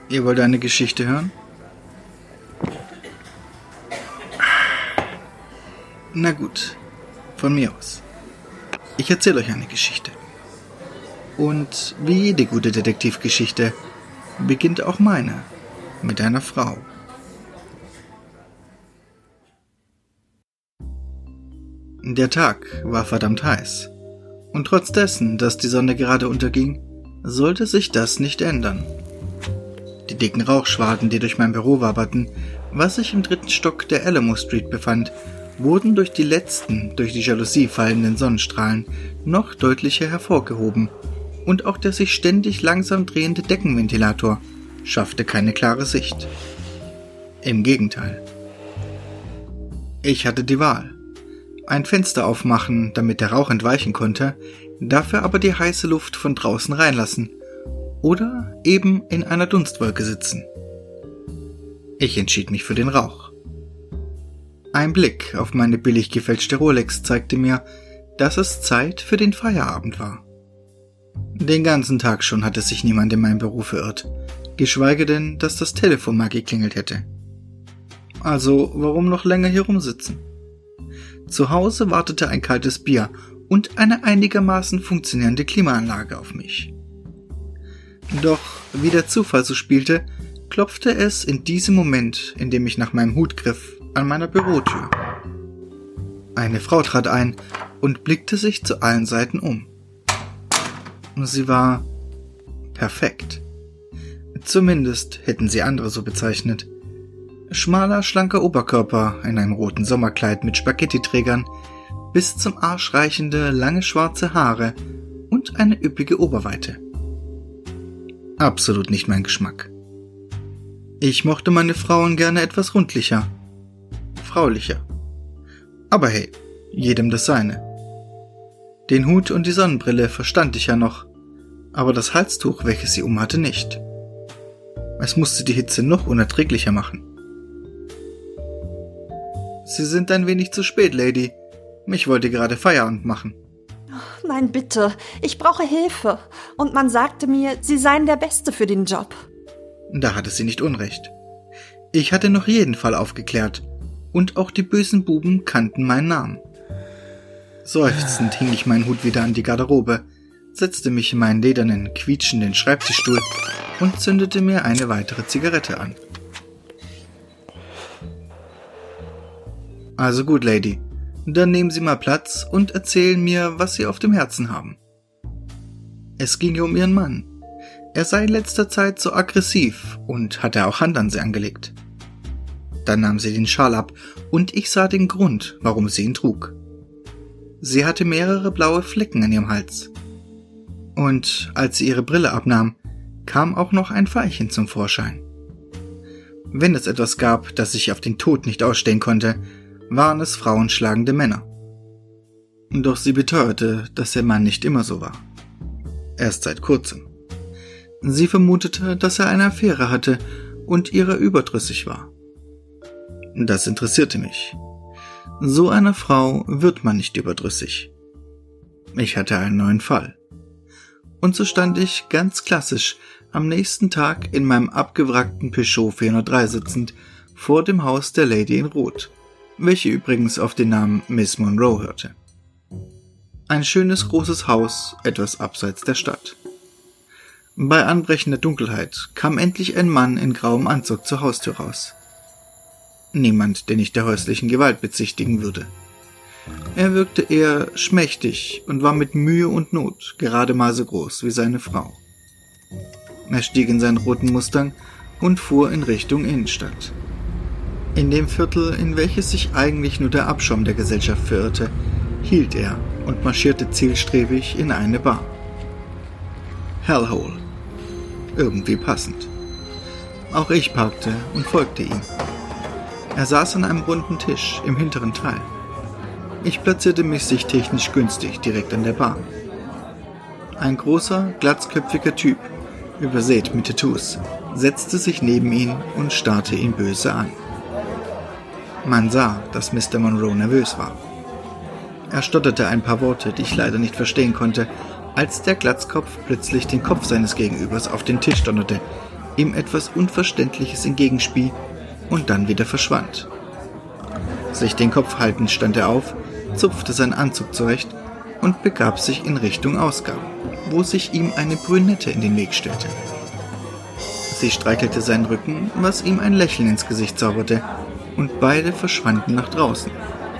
Ihr wollt eine Geschichte hören? Na gut, von mir aus. Ich erzähle euch eine Geschichte. Und wie jede gute Detektivgeschichte beginnt auch meine mit einer Frau. Der Tag war verdammt heiß. Und trotz dessen, dass die Sonne gerade unterging, sollte sich das nicht ändern. Die dicken Rauchschwaden, die durch mein Büro waberten, was sich im 3. Stock der Alamo Street befand, wurden durch die letzten, durch die Jalousie fallenden Sonnenstrahlen noch deutlicher hervorgehoben, und auch der sich ständig langsam drehende Deckenventilator schaffte keine klare Sicht. Im Gegenteil. Ich hatte die Wahl. Ein Fenster aufmachen, damit der Rauch entweichen konnte, dafür aber die heiße Luft von draußen reinlassen, oder eben in einer Dunstwolke sitzen. Ich entschied mich für den Rauch. Ein Blick auf meine billig gefälschte Rolex zeigte mir, dass es Zeit für den Feierabend war. Den ganzen Tag schon hatte sich niemand in meinem Büro verirrt, geschweige denn, dass das Telefon mal geklingelt hätte. Also warum noch länger hier rumsitzen? Zu Hause wartete ein kaltes Bier und eine einigermaßen funktionierende Klimaanlage auf mich. Doch, wie der Zufall so spielte, klopfte es in diesem Moment, in dem ich nach meinem Hut griff, an meiner Bürotür. Eine Frau trat ein und blickte sich zu allen Seiten um. Sie war perfekt. Zumindest hätten sie andere so bezeichnet. Schmaler, schlanker Oberkörper in einem roten Sommerkleid mit Spaghettiträgern, bis zum Arsch reichende, lange schwarze Haare und eine üppige Oberweite. Absolut nicht mein Geschmack. Ich mochte meine Frauen gerne etwas rundlicher, fraulicher. Aber hey, jedem das seine. Den Hut und die Sonnenbrille verstand ich ja noch, aber das Halstuch, welches sie umhatte, nicht. Es musste die Hitze noch unerträglicher machen. Sie sind ein wenig zu spät, Lady. Ich wollte gerade Feierabend machen. Nein, bitte. Ich brauche Hilfe. Und man sagte mir, Sie seien der Beste für den Job. Da hatte sie nicht unrecht. Ich hatte noch jeden Fall aufgeklärt. Und auch die bösen Buben kannten meinen Namen. Seufzend hing ich meinen Hut wieder an die Garderobe, setzte mich in meinen ledernen, quietschenden Schreibtischstuhl und zündete mir eine weitere Zigarette an. Also gut, Lady, dann nehmen Sie mal Platz und erzählen mir, was Sie auf dem Herzen haben. Es ging um Ihren Mann. Er sei in letzter Zeit so aggressiv und hatte auch Hand an sie angelegt. Dann nahm sie den Schal ab und ich sah den Grund, warum sie ihn trug. Sie hatte mehrere blaue Flecken an ihrem Hals. Und als sie ihre Brille abnahm, kam auch noch ein Veilchen zum Vorschein. Wenn es etwas gab, das ich auf den Tod nicht ausstehen konnte, waren es frauenschlagende Männer. Doch sie beteuerte, dass ihr Mann nicht immer so war. Erst seit kurzem. Sie vermutete, dass er eine Affäre hatte und ihrer überdrüssig war. Das interessierte mich. So einer Frau wird man nicht überdrüssig. Ich hatte einen neuen Fall. Und so stand ich ganz klassisch am nächsten Tag in meinem abgewrackten Peugeot 403 sitzend vor dem Haus der Lady in Rot, welche übrigens auf den Namen Miss Monroe hörte. Ein schönes großes Haus, etwas abseits der Stadt. Bei anbrechender Dunkelheit kam endlich ein Mann in grauem Anzug zur Haustür raus. Niemand, den ich der häuslichen Gewalt bezichtigen würde. Er wirkte eher schmächtig und war mit Mühe und Not gerade mal so groß wie seine Frau. Er stieg in seinen roten Mustang und fuhr in Richtung Innenstadt. In dem Viertel, in welches sich eigentlich nur der Abschaum der Gesellschaft verirrte, hielt er und marschierte zielstrebig in eine Bar. Hellhole. Irgendwie passend. Auch ich parkte und folgte ihm. Er saß an einem runden Tisch im hinteren Teil. Ich platzierte mich sichttechnisch günstig direkt an der Bar. Ein großer, glatzköpfiger Typ, übersät mit Tattoos, setzte sich neben ihn und starrte ihn böse an. Man sah, dass Mr. Monroe nervös war. Er stotterte ein paar Worte, die ich leider nicht verstehen konnte, als der Glatzkopf plötzlich den Kopf seines Gegenübers auf den Tisch donnerte, ihm etwas Unverständliches entgegenspie und dann wieder verschwand. Sich den Kopf haltend stand er auf, zupfte seinen Anzug zurecht und begab sich in Richtung Ausgang, wo sich ihm eine Brünette in den Weg stellte. Sie streichelte seinen Rücken, was ihm ein Lächeln ins Gesicht zauberte, und beide verschwanden nach draußen.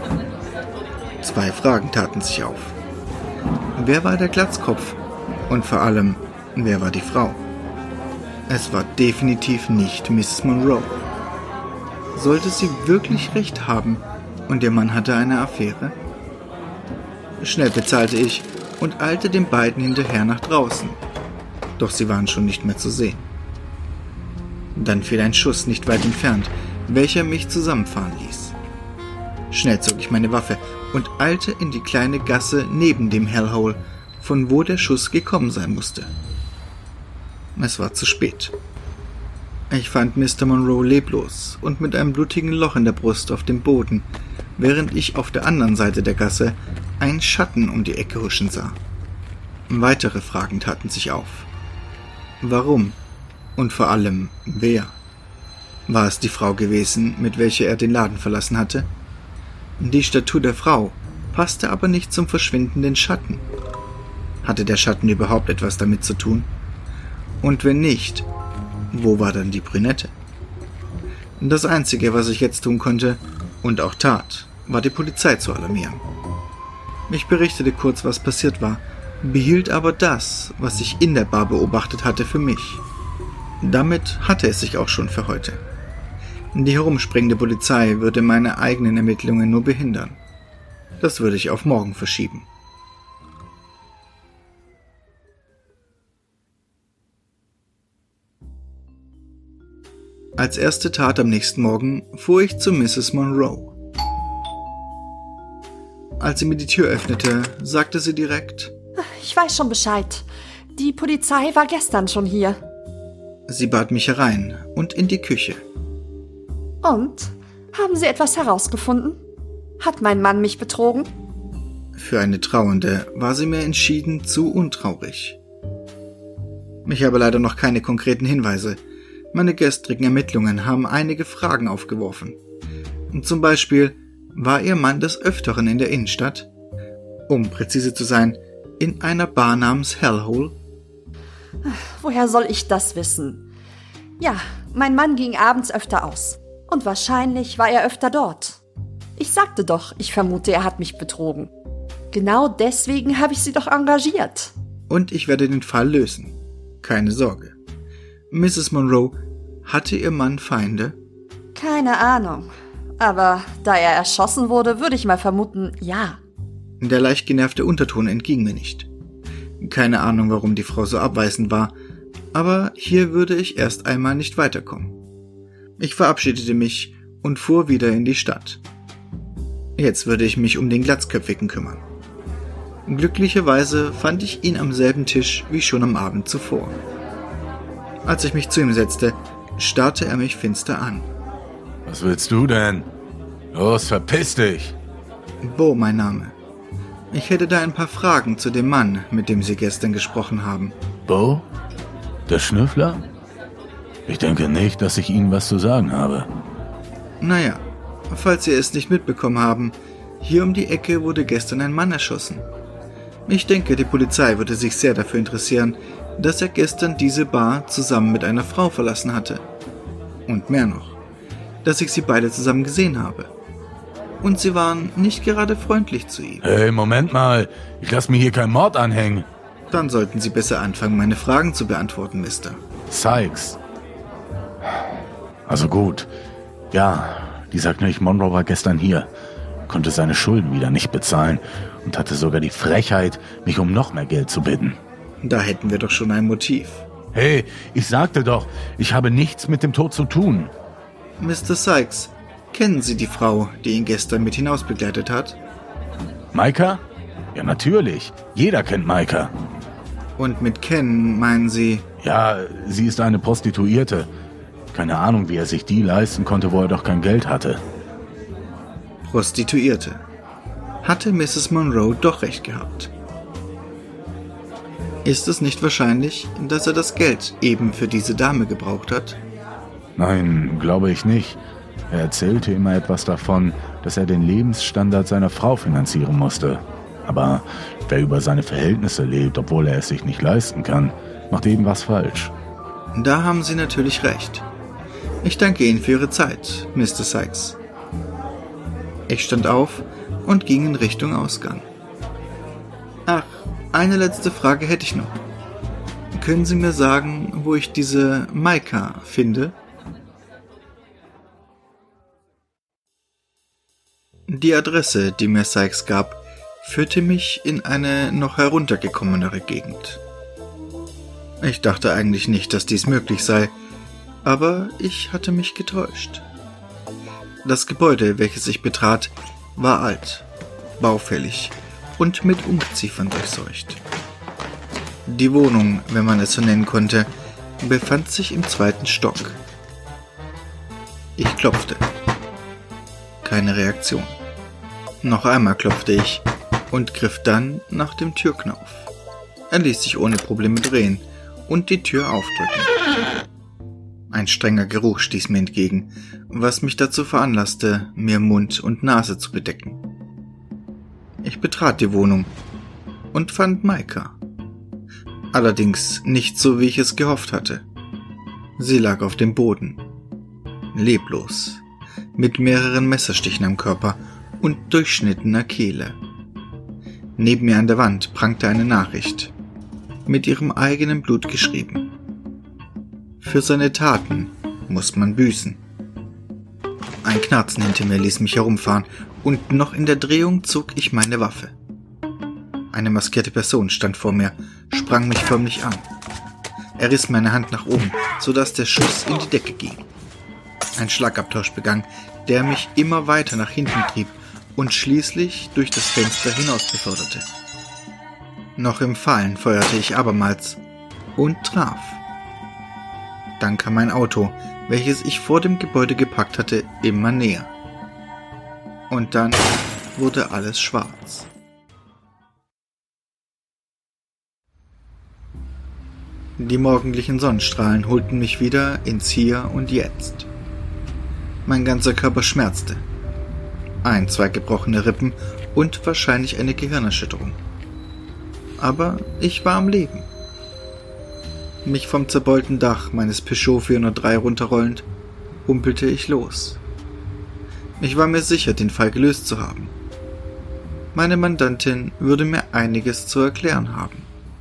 2 Fragen taten sich auf. Wer war der Glatzkopf? Und vor allem, wer war die Frau? Es war definitiv nicht Mrs. Monroe. Sollte sie wirklich recht haben und ihr Mann hatte eine Affäre? Schnell bezahlte ich und eilte den beiden hinterher nach draußen. Doch sie waren schon nicht mehr zu sehen. Dann fiel ein Schuss nicht weit entfernt, welcher mich zusammenfahren ließ. Schnell zog ich meine Waffe und eilte in die kleine Gasse neben dem Hellhole, von wo der Schuss gekommen sein musste. Es war zu spät. Ich fand Mr. Monroe leblos und mit einem blutigen Loch in der Brust auf dem Boden, während ich auf der anderen Seite der Gasse einen Schatten um die Ecke huschen sah. Weitere Fragen taten sich auf. Warum? Und vor allem, wer? War es die Frau gewesen, mit welcher er den Laden verlassen hatte? Die Statur der Frau passte aber nicht zum verschwindenden Schatten. Hatte der Schatten überhaupt etwas damit zu tun? Und wenn nicht, wo war dann die Brünette? Das Einzige, was ich jetzt tun konnte, und auch tat, war die Polizei zu alarmieren. Ich berichtete kurz, was passiert war, behielt aber das, was ich in der Bar beobachtet hatte, für mich. Damit hatte es sich auch schon für heute. Die herumspringende Polizei würde meine eigenen Ermittlungen nur behindern. Das würde ich auf morgen verschieben. Als erste Tat am nächsten Morgen fuhr ich zu Mrs. Monroe. Als sie mir die Tür öffnete, sagte sie direkt: Ich weiß schon Bescheid. Die Polizei war gestern schon hier. Sie bat mich herein und in die Küche. Und? Haben Sie etwas herausgefunden? Hat mein Mann mich betrogen? Für eine Trauernde war sie mir entschieden zu untraurig. Ich habe leider noch keine konkreten Hinweise. Meine gestrigen Ermittlungen haben einige Fragen aufgeworfen. Zum Beispiel, war Ihr Mann des Öfteren in der Innenstadt? Um präzise zu sein, in einer Bar namens Hellhole? Woher soll ich das wissen? Ja, mein Mann ging abends öfter aus. Und wahrscheinlich war er öfter dort. Ich sagte doch, ich vermute, er hat mich betrogen. Genau deswegen habe ich Sie doch engagiert. Und ich werde den Fall lösen. Keine Sorge. Mrs. Monroe, hatte Ihr Mann Feinde? Keine Ahnung. Aber da er erschossen wurde, würde ich mal vermuten, ja. Der leicht genervte Unterton entging mir nicht. Keine Ahnung, warum die Frau so abweisend war, aber hier würde ich erst einmal nicht weiterkommen. Ich verabschiedete mich und fuhr wieder in die Stadt. Jetzt würde ich mich um den Glatzköpfigen kümmern. Glücklicherweise fand ich ihn am selben Tisch wie schon am Abend zuvor. Als ich mich zu ihm setzte, starrte er mich finster an. Was willst du denn? Los, verpiss dich! Bo, mein Name. Ich hätte da ein paar Fragen zu dem Mann, mit dem Sie gestern gesprochen haben. Bo? Der Schnüffler? Ich denke nicht, dass ich Ihnen was zu sagen habe. Naja, falls Sie es nicht mitbekommen haben, hier um die Ecke wurde gestern ein Mann erschossen. Ich denke, die Polizei würde sich sehr dafür interessieren, dass er gestern diese Bar zusammen mit einer Frau verlassen hatte. Und mehr noch, dass ich sie beide zusammen gesehen habe. Und sie waren nicht gerade freundlich zu ihm. Hey, Moment mal, ich lasse mir hier keinen Mord anhängen. Dann sollten Sie besser anfangen, meine Fragen zu beantworten, Mister. Sykes. Also gut. Ja, dieser Knöch Monroe war gestern hier, konnte seine Schulden wieder nicht bezahlen und hatte sogar die Frechheit, mich um noch mehr Geld zu bitten. Da hätten wir doch schon ein Motiv. Hey, ich sagte doch, ich habe nichts mit dem Tod zu tun. Mr. Sykes, kennen Sie die Frau, die ihn gestern mit hinaus begleitet hat? Maika? Ja, natürlich. Jeder kennt Maika. Und mit kennen meinen Sie? Ja, sie ist eine Prostituierte. Keine Ahnung, wie er sich die leisten konnte, wo er doch kein Geld hatte. Prostituierte. Hatte Mrs. Monroe doch recht gehabt. Ist es nicht wahrscheinlich, dass er das Geld eben für diese Dame gebraucht hat? Nein, glaube ich nicht. Er erzählte immer etwas davon, dass er den Lebensstandard seiner Frau finanzieren musste. Aber wer über seine Verhältnisse lebt, obwohl er es sich nicht leisten kann, macht eben was falsch. Da haben Sie natürlich recht. Ich danke Ihnen für Ihre Zeit, Mr. Sykes. Ich stand auf und ging in Richtung Ausgang. Ach, eine letzte Frage hätte ich noch. Können Sie mir sagen, wo ich diese Maika finde? Die Adresse, die mir Sykes gab, führte mich in eine noch heruntergekommenere Gegend. Ich dachte eigentlich nicht, dass dies möglich sei, aber ich hatte mich getäuscht. Das Gebäude, welches ich betrat, war alt, baufällig und mit Ungeziefer durchseucht. Die Wohnung, wenn man es so nennen konnte, befand sich im 2. Stock. Ich klopfte. Keine Reaktion. Noch einmal klopfte ich und griff dann nach dem Türknauf. Er ließ sich ohne Probleme drehen und die Tür aufdrücken. Ein strenger Geruch stieß mir entgegen, was mich dazu veranlasste, mir Mund und Nase zu bedecken. Ich betrat die Wohnung und fand Maika. Allerdings nicht so, wie ich es gehofft hatte. Sie lag auf dem Boden, leblos, mit mehreren Messerstichen am Körper und durchschnittener Kehle. Neben mir an der Wand prangte eine Nachricht, mit ihrem eigenen Blut geschrieben. Für seine Taten muss man büßen. Ein Knarzen hinter mir ließ mich herumfahren und noch in der Drehung zog ich meine Waffe. Eine maskierte Person stand vor mir, sprang mich förmlich an. Er riss meine Hand nach oben, sodass der Schuss in die Decke ging. Ein Schlagabtausch begann, der mich immer weiter nach hinten trieb und schließlich durch das Fenster hinaus beförderte. Noch im Fallen feuerte ich abermals und traf. Dann kam ein Auto, welches ich vor dem Gebäude geparkt hatte, immer näher. Und dann wurde alles schwarz. Die morgendlichen Sonnenstrahlen holten mich wieder ins Hier und Jetzt. Mein ganzer Körper schmerzte. 1, 2 gebrochene Rippen und wahrscheinlich eine Gehirnerschütterung. Aber ich war am Leben. Mich vom zerbeulten Dach meines Peugeot 403 runterrollend, humpelte ich los. Ich war mir sicher, den Fall gelöst zu haben. Meine Mandantin würde mir einiges zu erklären haben.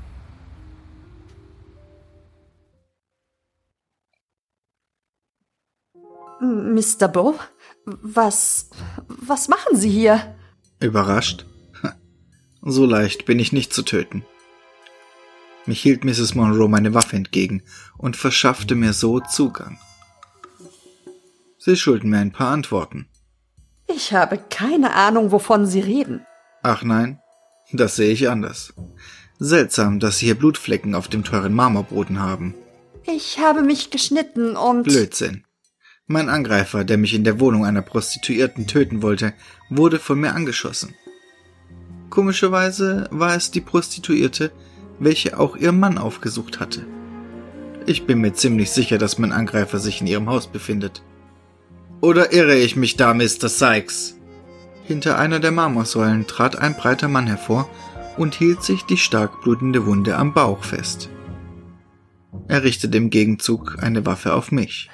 Mr. Bow, was machen Sie hier? Überrascht? So leicht bin ich nicht zu töten. Mich hielt Mrs. Monroe meine Waffe entgegen und verschaffte mir so Zugang. Sie schulden mir ein paar Antworten. Ich habe keine Ahnung, wovon Sie reden. Ach nein, das sehe ich anders. Seltsam, dass Sie hier Blutflecken auf dem teuren Marmorboden haben. Ich habe mich geschnitten und... Blödsinn. Mein Angreifer, der mich in der Wohnung einer Prostituierten töten wollte, wurde von mir angeschossen. Komischerweise war es die Prostituierte, welche auch ihr Mann aufgesucht hatte. Ich bin mir ziemlich sicher, dass mein Angreifer sich in ihrem Haus befindet. Oder irre ich mich da, Mr. Sykes? Hinter einer der Marmorsäulen trat ein breiter Mann hervor und hielt sich die stark blutende Wunde am Bauch fest. Er richtete im Gegenzug eine Waffe auf mich.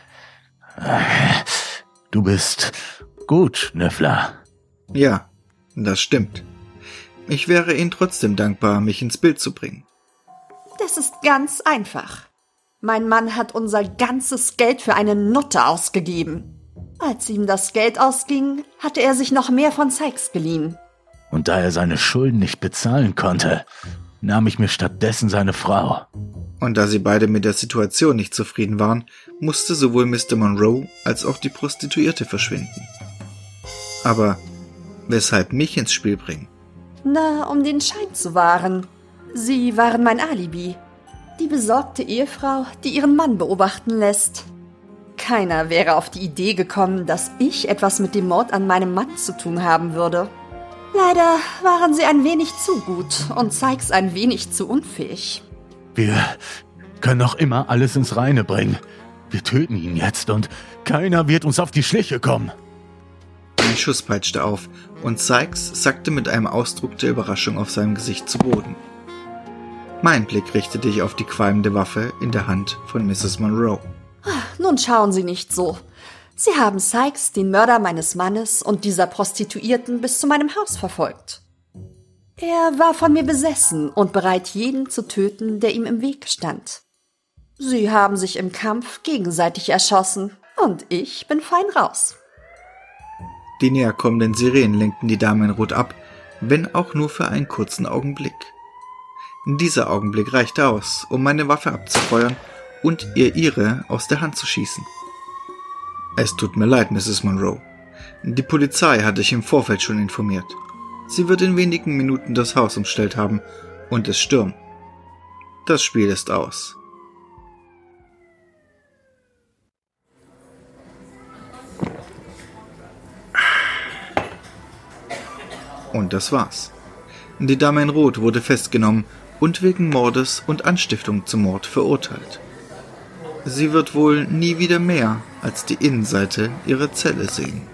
Du bist gut, Nöffler. Ja, das stimmt. Ich wäre Ihnen trotzdem dankbar, mich ins Bild zu bringen. Das ist ganz einfach. Mein Mann hat unser ganzes Geld für eine Nutte ausgegeben. Als ihm das Geld ausging, hatte er sich noch mehr von Sykes geliehen. Und da er seine Schulden nicht bezahlen konnte, nahm ich mir stattdessen seine Frau. Und da sie beide mit der Situation nicht zufrieden waren, musste sowohl Mr. Monroe als auch die Prostituierte verschwinden. Aber weshalb mich ins Spiel bringen? Na, um den Schein zu wahren. Sie waren mein Alibi. Die besorgte Ehefrau, die ihren Mann beobachten lässt. Keiner wäre auf die Idee gekommen, dass ich etwas mit dem Mord an meinem Mann zu tun haben würde. Leider waren sie ein wenig zu gut und Sykes ein wenig zu unfähig. Wir können noch immer alles ins Reine bringen. Wir töten ihn jetzt und keiner wird uns auf die Schliche kommen. Ein Schuss peitschte auf und Sykes sackte mit einem Ausdruck der Überraschung auf seinem Gesicht zu Boden. Mein Blick richtete sich auf die qualmende Waffe in der Hand von Mrs. Monroe. Nun schauen Sie nicht so. Sie haben Sykes, den Mörder meines Mannes und dieser Prostituierten, bis zu meinem Haus verfolgt. Er war von mir besessen und bereit, jeden zu töten, der ihm im Weg stand. Sie haben sich im Kampf gegenseitig erschossen und ich bin fein raus. Die näher kommenden Sirenen lenkten die Dame in Rot ab, wenn auch nur für einen kurzen Augenblick. Dieser Augenblick reichte aus, um meine Waffe abzufeuern und ihr ihre aus der Hand zu schießen. Es tut mir leid, Mrs. Monroe. Die Polizei hatte ich im Vorfeld schon informiert. Sie wird in wenigen Minuten das Haus umstellt haben und es stürmt. Das Spiel ist aus. Und das war's. Die Dame in Rot wurde festgenommen und wegen Mordes und Anstiftung zum Mord verurteilt. Sie wird wohl nie wieder mehr als die Innenseite ihrer Zelle sehen.